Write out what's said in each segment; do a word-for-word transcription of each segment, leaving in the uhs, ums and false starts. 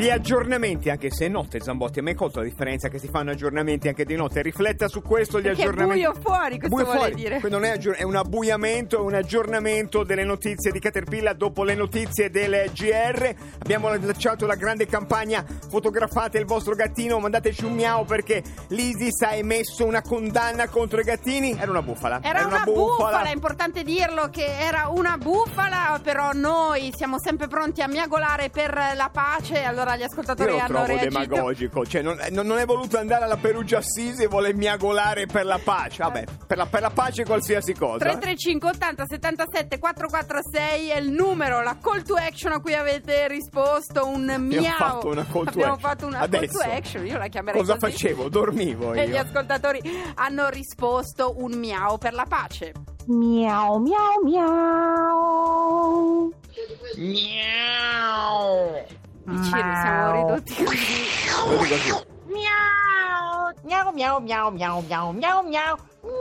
Gli aggiornamenti, anche se è notte, Zambotti, ma hai colto la differenza che si fanno aggiornamenti anche di notte? Rifletta su questo, gli Perché aggiornamenti. è buio fuori, questo buio vuole fuori. dire. Quello non è, aggior- è un abbuiamento, è un aggiornamento delle notizie di Caterpillar dopo le notizie del G R. Abbiamo lanciato la grande campagna Fotografate il vostro gattino, mandateci un miau perché l'ISIS ha emesso una condanna contro i gattini. Era una bufala. Era, era una, una bufala. bufala, è importante dirlo che era una bufala, però noi siamo sempre pronti a miagolare per la pace. Allora gli ascoltatori Io lo hanno trovo reagito. demagogico, cioè non, non, non è voluto andare alla Perugia Assisi e vuole miagolare per la pace. Vabbè, per la, per la pace qualsiasi cosa. tre tre cinque ottanta settantasette quattrocentoquarantasei è il numero, la call to action a cui avete risposto un miau. Abbiamo fatto una call to Abbiamo action. fatto una Adesso, call to action, io la chiamerei cosa così. facevo? Dormivo io. E gli ascoltatori hanno risposto un miau per la pace. Miau miau miau. Miau. Ciri, siamo ridotti così. Lo dico così. Miau miau miau miau miau miau miau miau.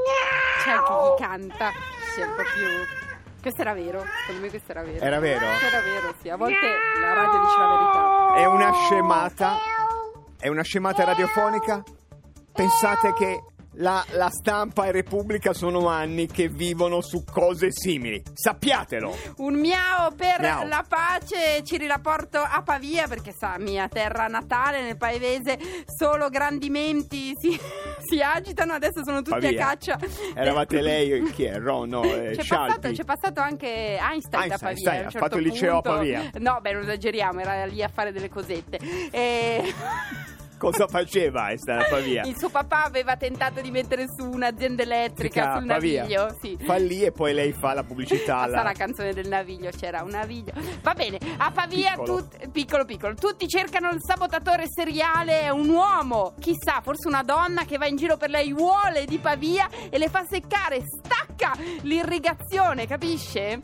C'è anche chi canta, si è un po' più... Questo era vero, secondo me questo era vero. Era vero? Questo era vero, sì, a volte la radio dice la verità. È una scemata. È una scemata radiofonica. Pensate che la, la Stampa e Repubblica sono anni che vivono su cose simili. Sappiatelo. Un miau per Miau. la pace. Ci riporto a Pavia perché sa, mia terra natale, nel paese solo grandi menti si, si agitano. Adesso sono tutti Pavia. a caccia. Eravate lei, chi è? Ron, no, eh, C'è Scialpi. passato, c'è passato anche Einstein, da Einstein, Pavia. a un ha certo fatto il liceo a punto. Pavia. No, beh, non esageriamo, era lì a fare delle cosette. E... Cosa faceva Einstein a Pavia? Il suo papà aveva tentato di mettere su un'azienda elettrica sul Pavia. naviglio. Sì. Fallì e poi lei fa la pubblicità. Basta alla... la canzone del naviglio, c'era un naviglio. Va bene, a Pavia Piccolo. tut- piccolo piccolo, tutti cercano il sabotatore seriale, un uomo, chissà, forse una donna che va in giro per le aiuole di Pavia e le fa seccare, stacca l'irrigazione, capisce?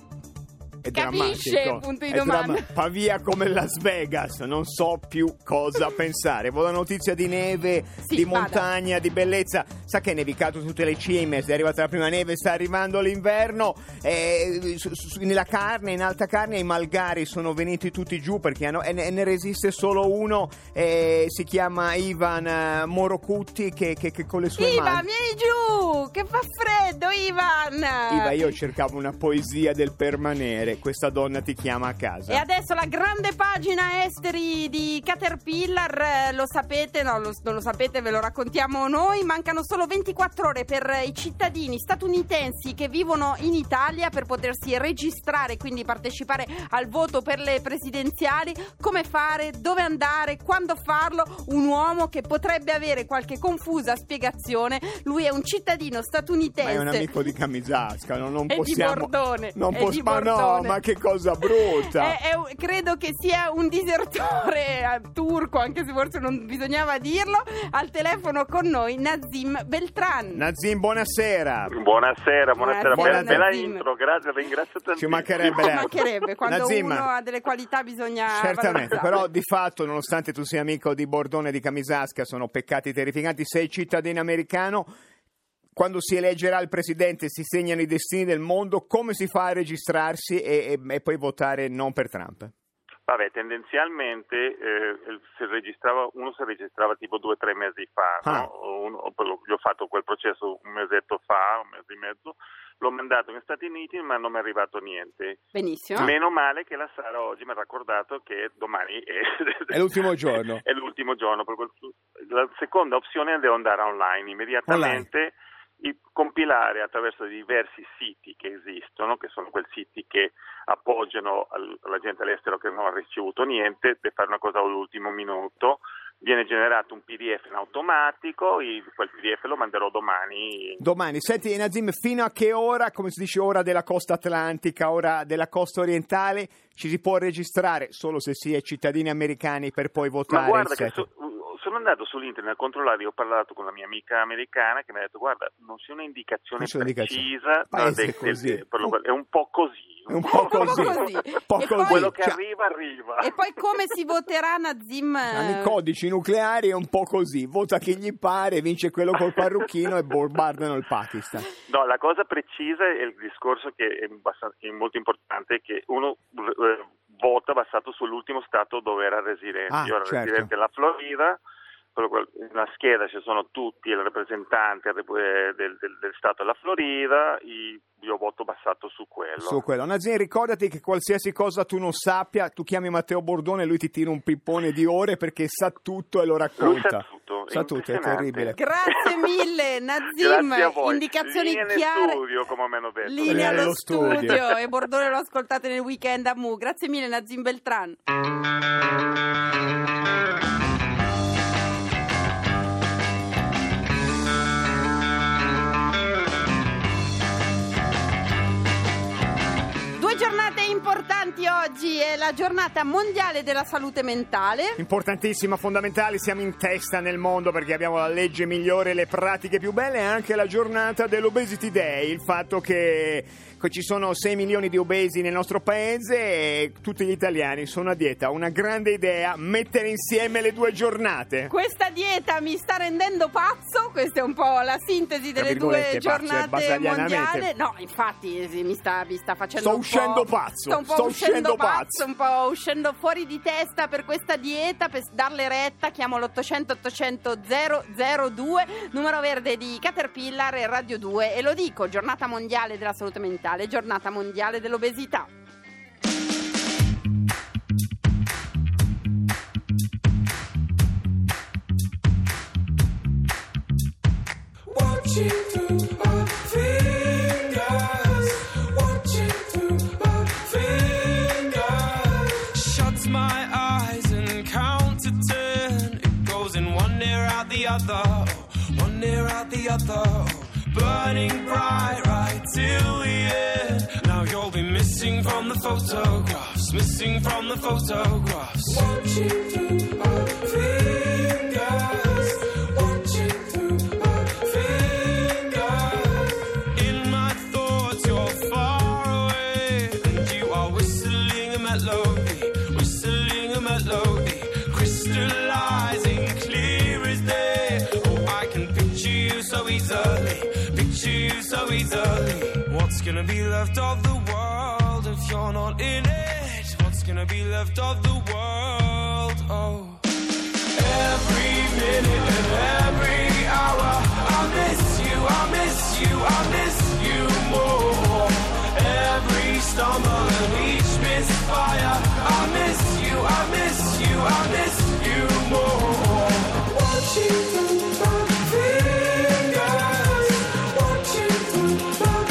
È Capisce, drammatico. punto di È domanda. dramma- Pavia come Las Vegas, non so più cosa pensare. Buona notizia di neve, Sì, di vada. montagna, di bellezza. Sa che è nevicato su tutte le cime, è arrivata la prima neve, sta arrivando l'inverno. Eh, su- su- nella carne, in alta carne, i malgari sono venuti tutti giù perché hanno, e, ne, e ne resiste solo uno. Eh, si chiama Ivan eh, Morocutti che, che, che con le sue Ivan, mani. vieni giù, che fa freddo, Ivan. Iva, io cercavo una poesia del permanere. Questa donna ti chiama a casa. E adesso la grande pagina esteri di Caterpillar, eh, lo sapete, no, lo- non lo sapete, ve lo raccontiamo noi. Mancano solo ventiquattro ore per i cittadini statunitensi che vivono in Italia per potersi registrare, quindi partecipare al voto per le presidenziali. Come fare, dove andare, quando farlo? Un uomo che potrebbe avere qualche confusa spiegazione. Lui è un cittadino statunitense. Ma è un amico di Camisasca, no? Non È di possiamo. Bordone, Non è posso. di Ma no, Bordone. ma che cosa brutta! È- è un- credo che sia un disertore eh, turco, anche se forse non bisognava dirlo. Al telefono con noi Nazim Beltran. Nazim, buonasera. Buonasera, buonasera, Buonasera, bella, bella Nazim. intro, grazie, ringrazio tantissimo. Ci mancherebbe Ci lei. mancherebbe, quando Nazim, uno ha delle qualità bisogna certamente, valorizzarle. però di fatto, nonostante tu sia amico di Bordone e di Camisasca, sono peccati terrificanti. Sei cittadino americano. Quando si eleggerà il presidente si segnano i destini del mondo. Come si fa a registrarsi e, e, e poi votare non per Trump? Vabbè, tendenzialmente eh, si registrava, uno si registrava tipo due o tre mesi fa, Ah. no? Uno, gli ho fatto quel processo un mesetto fa, un mese e mezzo, l'ho mandato negli Stati Uniti ma non mi è arrivato niente. Benissimo. Meno male che la Sara oggi mi ha raccordato che domani è, È l'ultimo giorno. è l'ultimo giorno. Per quel- la seconda opzione è devo andare online immediatamente. I- compilare attraverso diversi siti che esistono, che sono quei siti che appoggiano al- alla gente all'estero che non ha ricevuto niente, per fare una cosa all'ultimo minuto. Viene generato un P D F in automatico, e quel P D F lo manderò domani. Domani. Senti, Nazim, fino a che ora, come si dice, ora della costa atlantica, ora della costa orientale, ci si può registrare solo se si è cittadini americani per poi votare? Ma guarda il che sette? so- sono andato sull'internet a controllare, ho parlato con la mia amica americana che mi ha detto guarda, non c'è un'indicazione Non c'è un'indicazione. precisa, Paese del- così. del- per lo- è un po' così, È un po' così. Un po' così. Un po' E così. poi- Quello che Cioè, arriva, arriva. E poi come si voterà Nazim? hanno i codici nucleari è un po' così. Vota chi gli pare, vince quello col parrucchino e bombardano il Pakistan. No, la cosa precisa è il discorso che è, abbastanza, che è molto importante, è che uno eh, vota basato sull'ultimo stato dove era residente. Ah, Io ero certo. residente nella Florida, nella scheda ci sono tutti i rappresentanti del, del, del stato della Florida, io voto basato su quello. Su quello. Nazim, ricordati che qualsiasi cosa tu non sappia, tu chiami Matteo Bordone e lui ti tira un pippone di ore perché sa tutto e lo racconta. Lui sa tutto, Sa tutto, è terribile. Grazie mille Nazim, Grazie a voi. indicazioni Linea chiare. in studio, come mi hanno detto. Linea Linea allo allo studio. studio. E Bordone lo ascoltate nel weekend a Mu. Grazie mille Nazim Beltran. Due giornate importanti oggi, è la giornata mondiale della salute mentale. Importantissima, fondamentale, siamo in testa nel mondo perché abbiamo la legge migliore, le pratiche più belle e anche la giornata dell'Obesity Day, il fatto che ci sono sei milioni di obesi nel nostro paese e tutti gli italiani sono a dieta. Una grande idea, mettere insieme le due giornate. Questa dieta mi sta rendendo pazzo, questa è un po' la sintesi delle due virgolette, pazzo, è giornate basalianamente. mondiali. No, infatti sì, mi sta, mi sta facendo Sto un uscendo po', pazzo, sto un po' sto uscendo uscendo pazzo, pazzo. un po' uscendo fuori di testa per questa dieta, per darle retta, chiamo l'ottocento ottocento zero zero due, numero verde di Caterpillar e Radio due, e lo dico, giornata mondiale della salute mentale, giornata mondiale dell'obesità. Watching through my fingers, watching through my fingers. Shuts my eyes and count to ten. It goes in one ear out the other, one ear out the other. Burning bright right till the end. Now you'll be missing from the photographs, missing from the photographs. Watching through my fingers, watching through my fingers. In my thoughts you're far away, and you are whistling a melody, whistling a melody, crystallizing clear as day. Oh, I can picture you so easily, picture you so easily. What's gonna be left of the world if you're not in it? What's gonna be left of the world? Oh, every minute and every hour I miss you, I miss you, I miss you more. Every stumble and each misfire I miss you, I miss you, I miss you more. Watching through my fingers, watching through my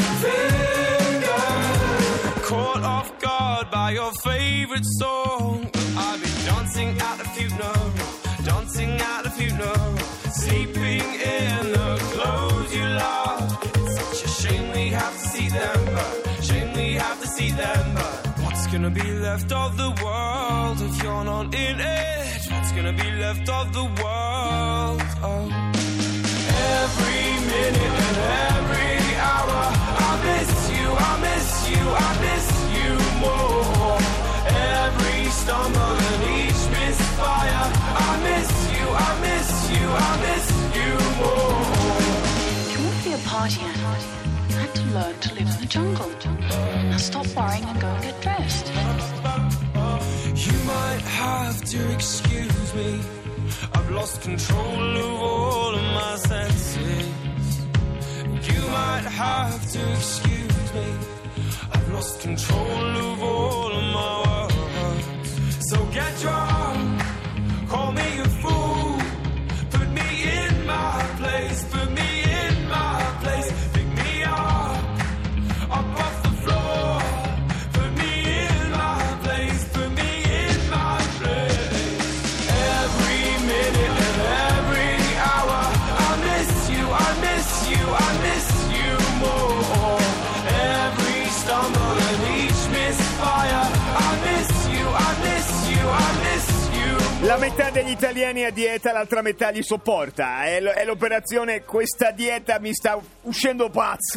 fingers. Caught off guard by your favorite song, I've been dancing at the funeral, dancing at the funeral, sleeping in the clothes you love. It's such a shame we have to see them, but shame we have to see them, but what's gonna be left of the world if you're not in it? What's gonna be left of the world? Oh, every minute and every hour I miss you, I miss you, I miss you more. Every stumble and each misfire I miss you, I miss you, I miss you more. If you want to be a party animal, you had to learn to live in the jungle. Now stop worrying and go and get dressed. You might have to excuse me, I've lost control of all of my senses. You might have to excuse me, I've lost control of all of my words. So get drunk, call me a fool, put me in my place, put me in my place, pick me up, up off the floor, put me in my place, put me in my place. Every minute and every hour I miss you, I miss you, I miss you more. Every stumble and each misfire I miss you, I miss you, I miss you. La metà degli italiani è a dieta, l'altra metà li sopporta. È, l- è l'operazione "questa dieta mi sta uscendo pazzo".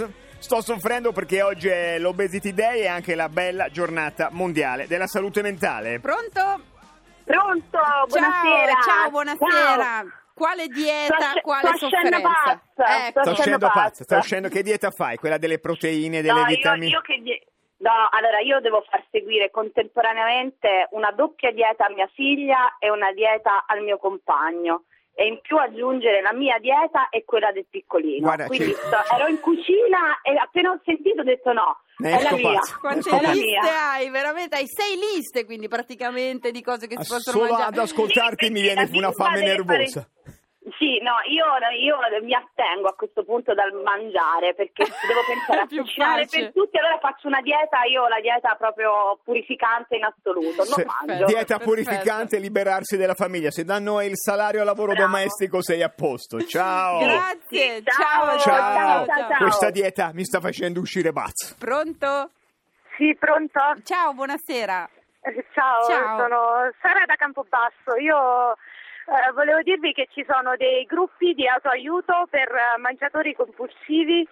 sto soffrendo perché oggi è l'Obesity Day e anche la bella giornata mondiale della salute mentale. Pronto? Pronto, buonasera. Ciao, ciao, buonasera. Quale dieta, Sto sc- quale sto scendo sofferenza? pazza, Ecco. Sto uscendo pazza. pazza, sta uscendo. Che dieta fai? Quella delle proteine, delle No, io, vitamine? io che die- no, allora io devo far seguire contemporaneamente una doppia dieta a mia figlia e una dieta al mio compagno. E in più aggiungere la mia dieta e quella del piccolino. Guarda, Quindi c'è- sto- ero in cucina e appena ho sentito ho detto no, Ne è la esco mia. pazzo. Quante Ecco è la liste mia. hai? Veramente hai sei liste, quindi praticamente di cose che si possono Solo mangiare. ad ascoltarti Sì, mi perché viene la una bimba fame deve fare- nervosa. Sì, no, io, io mi attengo a questo punto dal mangiare perché devo pensare a È più cucinare facile. per tutti, allora faccio una dieta, io ho la dieta proprio purificante in assoluto, non Se- mangio. dieta Perfetto. purificante e liberarsi dalla famiglia. Se danno il salario al lavoro Bravo. domestico sei a posto. Ciao. Grazie, Sì, ciao, ciao, Ciao. ciao, ciao. Questa dieta mi sta facendo uscire pazzo. Pronto? Sì, pronto? Ciao, buonasera. Eh, Ciao, Ciao. sono Sara da Campobasso. Io eh, volevo dirvi che ci sono dei gruppi di autoaiuto per eh, mangiatori compulsivi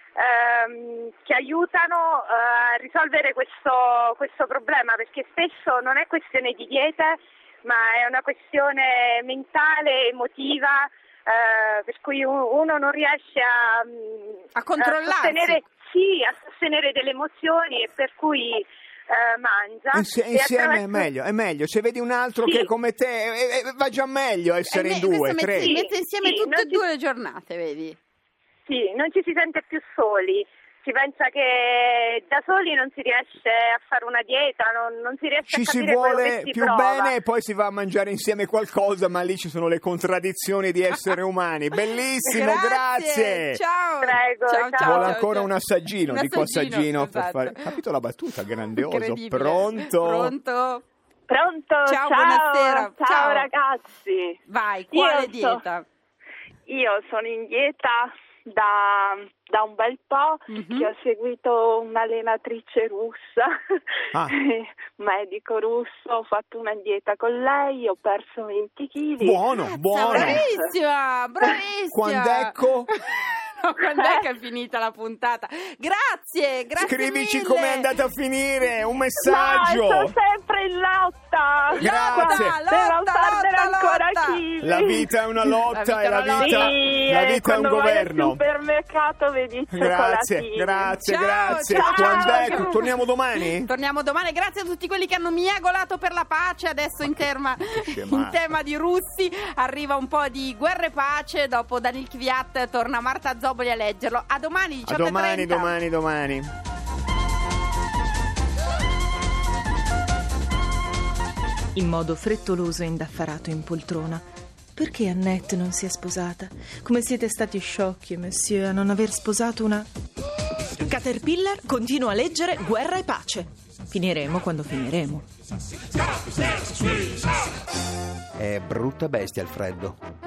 ehm, che aiutano eh, a risolvere questo, questo problema, perché spesso non è questione di diete, ma è una questione mentale, emotiva, eh, per cui u- uno non riesce a, mm, A controllarsi. sostenere, sì, a sostenere delle emozioni e per cui eh, mangia. Insie- E insieme è attraverso- meglio, è meglio. Se vedi un altro Sì. che è come te, eh, eh, va già meglio essere Eh, in me- due, questo tre. mette, Sì, mette insieme sì, tutte non e ci- due le giornate, vedi? Sì, non ci si sente più soli. Si pensa che da soli non si riesce a fare una dieta, non, non si riesce Ci a si capire quello che vuole si più prova. bene e poi si va a mangiare insieme qualcosa, ma lì ci sono le contraddizioni di esseri umani. Bellissimo, grazie. Ciao. Prego, ciao, ciao. ciao, Vuole ciao, ancora ciao. un assaggino, Un dico assaggino, assaggino per esatto. fare. Capito la battuta? Grandioso. Incredibile. Pronto? Pronto? Pronto? Ciao, buonasera. Ciao, Ciao. ragazzi. Vai, Io quale so- dieta? Io sono in dieta da, da un bel po', Mhm. che ho seguito un'allenatrice russa, Ah. medico russo, ho fatto una dieta con lei, ho perso venti chili. Buono, buono. Bravissima, bravissima. Quando ecco? No, quando è che è finita la puntata? Grazie, grazie Scrivici mille. com'è andata a finire, un Ma messaggio. sono sempre in lotta! Grazie. Lotta, Devo lotta, perdere lotta, ancora lotta. chili. La vita è una lotta La e la vita è una vita, lotta. Sì, la eh, vita è un quando vai al governo. supermercato vedi i Grazie, cioccolatini. grazie, Ciao, grazie. ciao, Quando ciao. ecco, torniamo domani? Torniamo domani, grazie a tutti quelli che hanno miagolato per la pace. Adesso in tema, scemata. in tema di russi arriva un po' di guerra e pace. Dopo Daniil Kvyat torna Marta Zoboli a leggerlo. A domani, A diciotto e domani, trenta. domani, domani. In modo frettoloso e indaffarato in poltrona. Perché Annette non si è sposata? Come siete stati sciocchi, monsieur, a non aver sposato una... Caterpillar continua a leggere Guerra e pace. Finiremo quando finiremo. È brutta bestia il freddo.